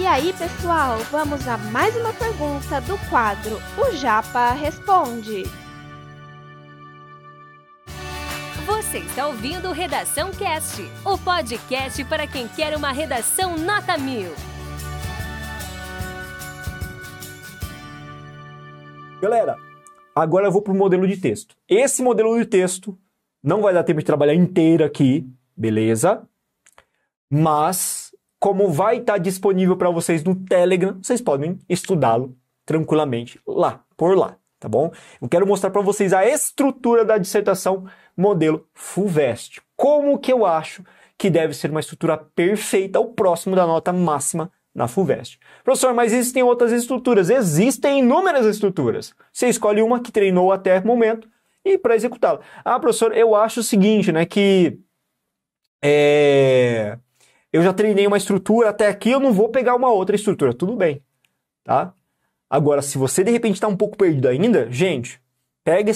aí, pessoal, vamos a mais uma pergunta do quadro O Japa Responde. Você está ouvindo o Redação Cast, o podcast para quem quer uma redação nota 1000. Galera, agora eu vou para o modelo de texto. Esse modelo de texto não vai dar tempo de trabalhar inteiro aqui, beleza? Mas, como vai estar disponível para vocês no Telegram, vocês podem estudá-lo tranquilamente por lá, tá bom? Eu quero mostrar para vocês a estrutura da dissertação modelo FUVEST. Como que eu acho que deve ser uma estrutura perfeita ao próximo da nota máxima na FUVEST. Professor, mas existem outras estruturas? Existem inúmeras estruturas. Você escolhe uma que treinou até o momento e para executá-la. Ah, professor, eu acho o seguinte, né, que eu já treinei uma estrutura, até aqui eu não vou pegar uma outra estrutura. Tudo bem, tá? Agora, se você de repente está um pouco perdido ainda, gente, pega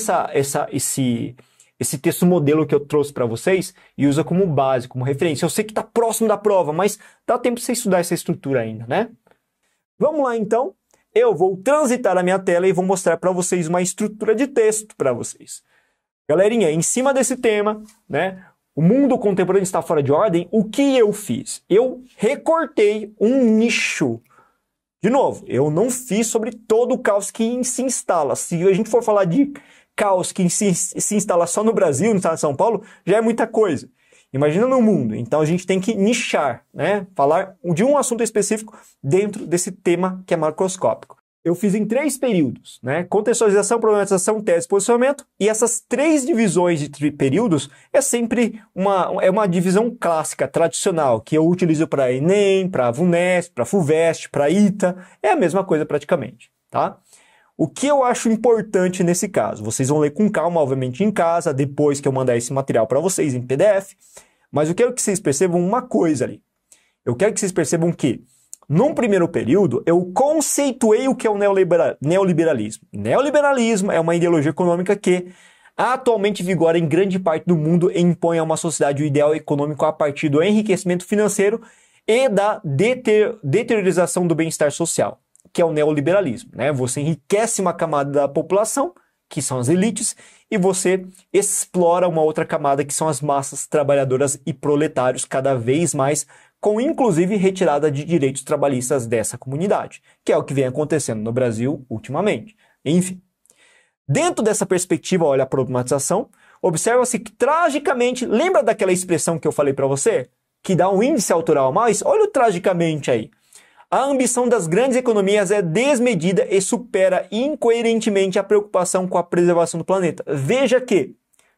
esse texto modelo que eu trouxe para vocês e usa como base, como referência. Eu sei que está próximo da prova, mas dá tempo de você estudar essa estrutura ainda, né? Vamos lá, então. Eu vou transitar a minha tela e vou mostrar para vocês uma estrutura de texto para vocês. Galerinha, em cima desse tema, né? O mundo contemporâneo está fora de ordem. O que eu fiz? Eu recortei um nicho. De novo, eu não fiz sobre todo o caos que se instala. Se a gente for falar de caos que se instala só no Brasil, no estado de São Paulo, já é muita coisa. Imagina no mundo. Então a gente tem que nichar, né? Falar de um assunto específico dentro desse tema que é macroscópico. Eu fiz em 3 períodos, né? Contextualização, problematização, tese, posicionamento. E essas 3 divisões de períodos é sempre uma divisão clássica, tradicional, que eu utilizo para Enem, para VUNESP, para FUVEST, para ITA. É a mesma coisa praticamente, tá? O que eu acho importante nesse caso? Vocês vão ler com calma, obviamente, em casa, depois que eu mandar esse material para vocês em PDF. Mas eu quero que vocês percebam uma coisa ali. Eu quero que vocês percebam que, num primeiro período, eu conceituei o que é o neoliberalismo. Neoliberalismo é uma ideologia econômica que atualmente vigora em grande parte do mundo e impõe a uma sociedade o ideal econômico a partir do enriquecimento financeiro e da deteriorização do bem-estar social, que é o neoliberalismo, né? Você enriquece uma camada da população, que são as elites, e você explora uma outra camada, que são as massas trabalhadoras e proletários, cada vez mais, com inclusive retirada de direitos trabalhistas dessa comunidade, que é o que vem acontecendo no Brasil ultimamente. Enfim, dentro dessa perspectiva, olha a problematização, observa-se que tragicamente, lembra daquela expressão que eu falei para você? Que dá um índice autoral a mais? Olha o tragicamente aí. A ambição das grandes economias é desmedida e supera incoerentemente a preocupação com a preservação do planeta. Veja que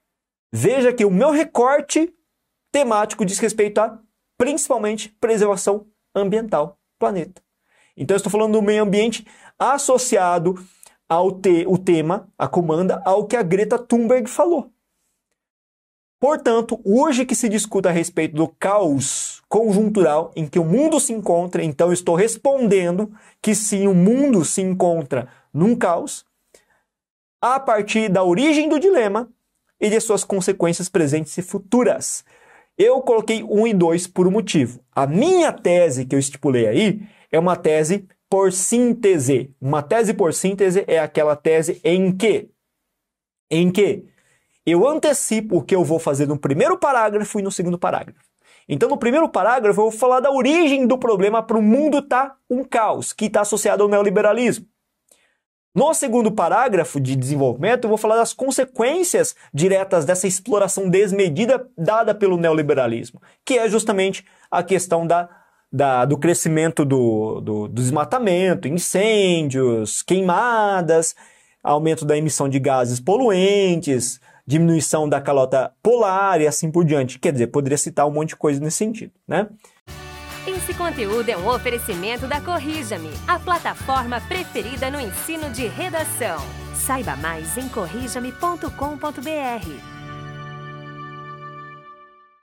o meu recorte temático diz respeito a, principalmente, preservação ambiental do planeta. Então, eu estou falando do meio ambiente associado ao tema, a comanda, ao que a Greta Thunberg falou. Portanto, hoje que se discuta a respeito do caos conjuntural em que o mundo se encontra, então eu estou respondendo que sim, o mundo se encontra num caos, a partir da origem do dilema e de suas consequências presentes e futuras. Eu coloquei 1 e 2 por um motivo. A minha tese que eu estipulei aí é uma tese por síntese. Uma tese por síntese é aquela tese em que eu antecipo o que eu vou fazer no primeiro parágrafo e no segundo parágrafo. Então, no primeiro parágrafo, eu vou falar da origem do problema para o mundo estar um caos, que está associado ao neoliberalismo. No segundo parágrafo de desenvolvimento, eu vou falar das consequências diretas dessa exploração desmedida dada pelo neoliberalismo, que é justamente a questão do crescimento do desmatamento, incêndios, queimadas, aumento da emissão de gases poluentes, diminuição da calota polar e assim por diante. Quer dizer, poderia citar um monte de coisa nesse sentido, né? Esse conteúdo é um oferecimento da Corrija-me, a plataforma preferida no ensino de redação. Saiba mais em corrijame.com.br.